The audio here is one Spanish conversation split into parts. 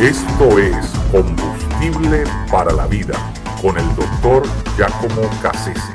Esto es Combustible para la Vida con el doctor Giacomo Cassese.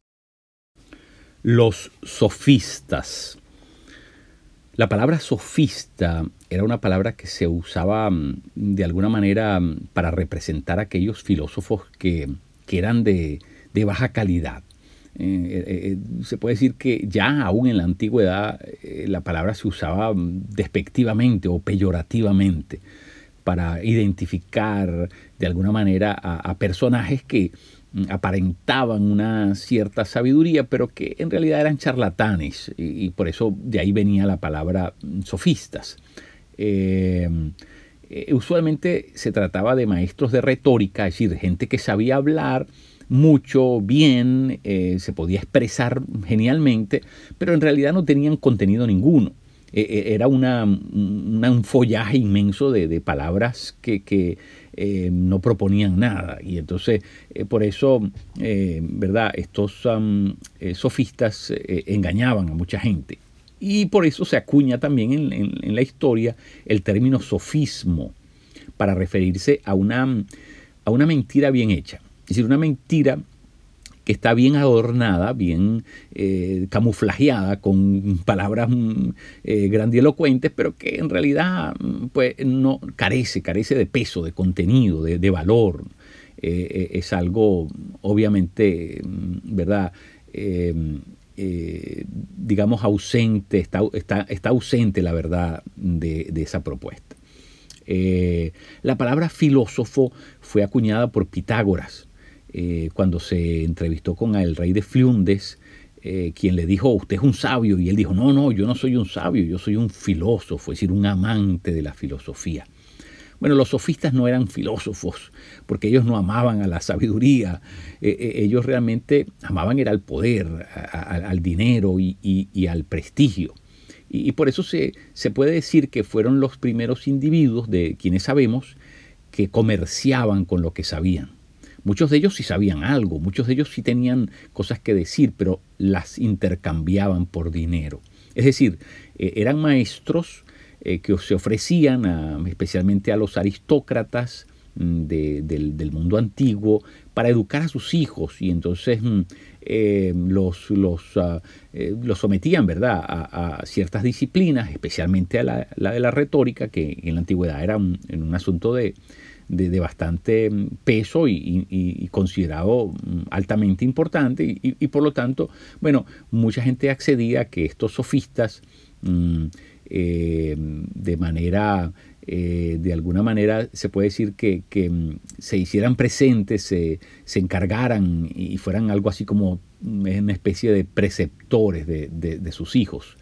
Los sofistas. La palabra sofista era una palabra que se usaba de alguna manera para representar a aquellos filósofos que eran de baja calidad. Se puede decir que ya aún en la antigüedad la palabra se usaba despectivamente o peyorativamente para identificar de alguna manera a personajes que aparentaban una cierta sabiduría, pero que en realidad eran charlatanes, y por eso de ahí venía la palabra sofistas. Usualmente se trataba de maestros de retórica, es decir, gente que sabía hablar mucho, bien, se podía expresar genialmente, pero en realidad no tenían contenido ninguno. Era un follaje inmenso de palabras que no proponían nada. Y entonces, por eso, ¿verdad? Estos sofistas engañaban a mucha gente. Y por eso se acuña también en la historia el término sofismo, para referirse a una mentira bien hecha. Es decir, una mentira que está bien adornada, bien camuflajeada con palabras grandilocuentes, pero que en realidad pues, no carece de peso, de contenido, de valor. Es algo obviamente, ¿verdad? Digamos ausente, está ausente la verdad de esa propuesta. La palabra filósofo fue acuñada por Pitágoras, cuando se entrevistó con el rey de Fliundes, quien le dijo, usted es un sabio, y él dijo, no, yo no soy un sabio, yo soy un filósofo, es decir, un amante de la filosofía. Bueno, los sofistas no eran filósofos, porque ellos no amaban a la sabiduría, ellos realmente amaban era al poder, al dinero y al prestigio. Y por eso se puede decir que fueron los primeros individuos de quienes sabemos que comerciaban con lo que sabían. Muchos de ellos sí sabían algo, muchos de ellos sí tenían cosas que decir, pero las intercambiaban por dinero. Es decir, eran maestros que se ofrecían especialmente a los aristócratas del mundo antiguo para educar a sus hijos, y entonces los sometían, ¿verdad?, a ciertas disciplinas, especialmente a la de la retórica, que en la antigüedad era un asunto de bastante peso y considerado altamente importante, y por lo tanto, bueno, mucha gente accedía a que estos sofistas de manera, de alguna manera se puede decir que se hicieran presentes, se encargaran y fueran algo así como una especie de preceptores de sus hijos.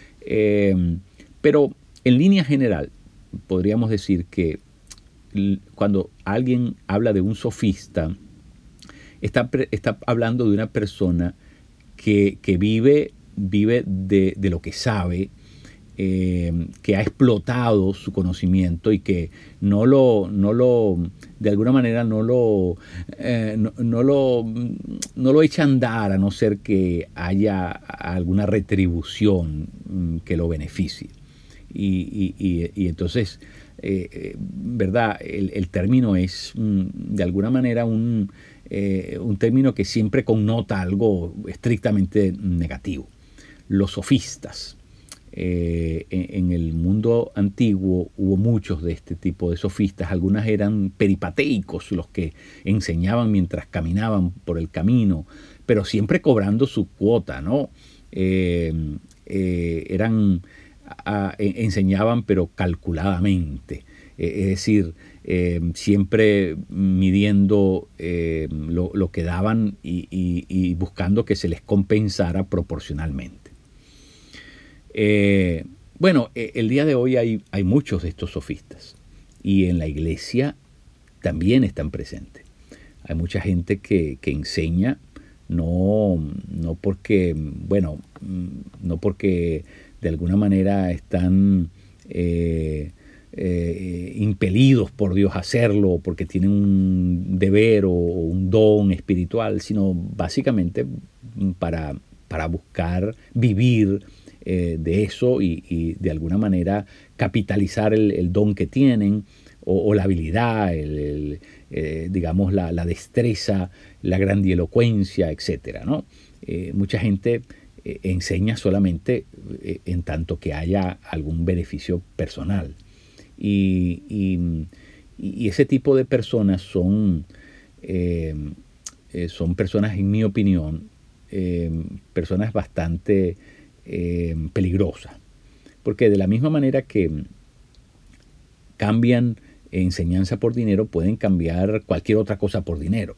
Pero en línea general podríamos decir que cuando alguien habla de un sofista, está hablando de una persona que vive de lo que sabe, que ha explotado su conocimiento y que de alguna manera no lo echa a andar, a no ser que haya alguna retribución que lo beneficie. Y entonces, ¿verdad? El término es de alguna manera un término que siempre connota algo estrictamente negativo. Los sofistas. En el mundo antiguo hubo muchos de este tipo de sofistas. Algunas eran peripateicos, los que enseñaban mientras caminaban por el camino, pero siempre cobrando su cuota, ¿no? Enseñaban pero calculadamente, es decir, siempre midiendo lo que daban y buscando que se les compensara proporcionalmente. Bueno, el día de hoy hay muchos de estos sofistas, y en la iglesia también están presentes. Hay mucha gente que enseña no porque, bueno, no porque de alguna manera están impelidos por Dios a hacerlo, o porque tienen un deber o un don espiritual, sino básicamente para buscar vivir de eso y de alguna manera capitalizar el don que tienen, o la habilidad, digamos, la destreza, la grandielocuencia, etcétera, ¿no? Mucha gente enseña solamente en tanto que haya algún beneficio personal. Y ese tipo de personas son personas, en mi opinión, personas bastante peligrosas. Porque de la misma manera que cambian enseñanza por dinero, pueden cambiar cualquier otra cosa por dinero.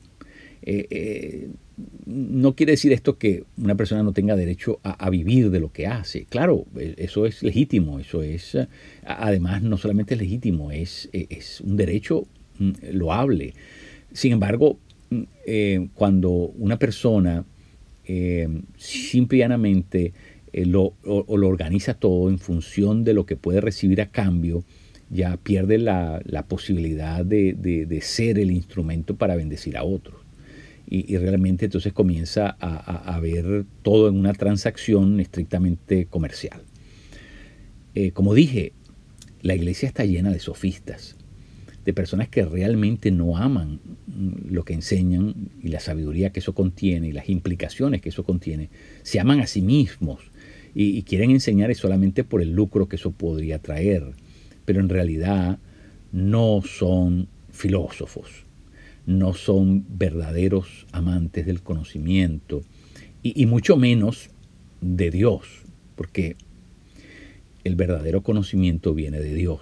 No quiere decir esto que una persona no tenga derecho a vivir de lo que hace. Claro, eso es legítimo, eso es, además no solamente es legítimo, es un derecho loable. Sin embargo, cuando una persona simple y llanamente lo organiza todo en función de lo que puede recibir a cambio, ya pierde la posibilidad de ser el instrumento para bendecir a otros. Y realmente entonces comienza a ver todo en una transacción estrictamente comercial. Como dije, la iglesia está llena de sofistas, de personas que realmente no aman lo que enseñan y la sabiduría que eso contiene y las implicaciones que eso contiene. Se aman a sí mismos y quieren enseñar solamente por el lucro que eso podría traer. Pero en realidad no son filósofos, no son verdaderos amantes del conocimiento y mucho menos de Dios, porque el verdadero conocimiento viene de Dios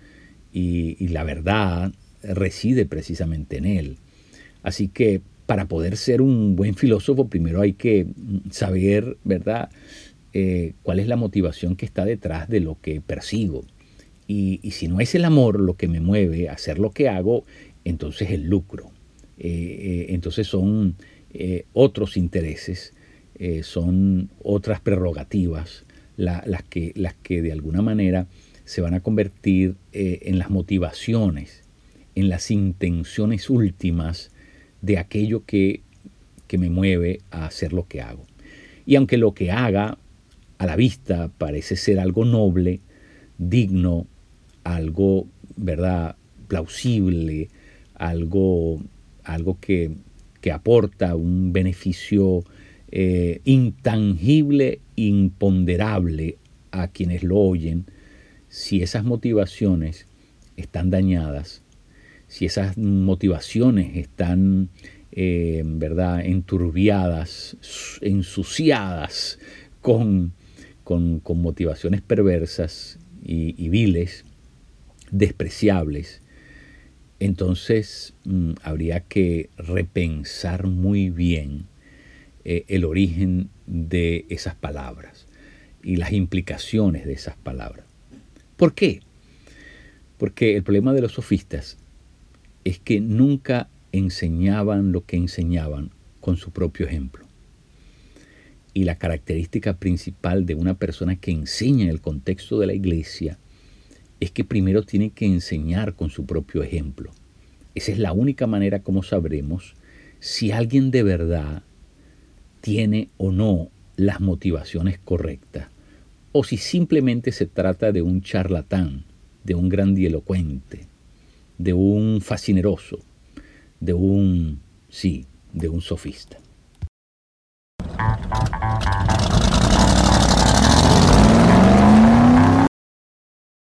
y la verdad reside precisamente en Él. Así que para poder ser un buen filósofo, primero hay que saber, ¿verdad?, cuál es la motivación que está detrás de lo que persigo. Y si no es el amor lo que me mueve a hacer lo que hago, entonces el lucro. Entonces son otros intereses, son otras prerrogativas las que de alguna manera se van a convertir en las motivaciones, en las intenciones últimas de aquello que me mueve a hacer lo que hago. Y aunque lo que haga a la vista parece ser algo noble, digno, algo, ¿verdad?, plausible, algo que aporta un beneficio intangible, imponderable a quienes lo oyen, si esas motivaciones están dañadas, si esas motivaciones están, ¿verdad?, enturbiadas, ensuciadas con motivaciones perversas y viles, despreciables, entonces habría que repensar muy bien el origen de esas palabras y las implicaciones de esas palabras. ¿Por qué? Porque el problema de los sofistas es que nunca enseñaban lo que enseñaban con su propio ejemplo. Y la característica principal de una persona que enseña en el contexto de la iglesia es que primero tiene que enseñar con su propio ejemplo. Esa es la única manera como sabremos si alguien de verdad tiene o no las motivaciones correctas, o si simplemente se trata de un charlatán, de un grandielocuente, de un fascineroso, de un sofista.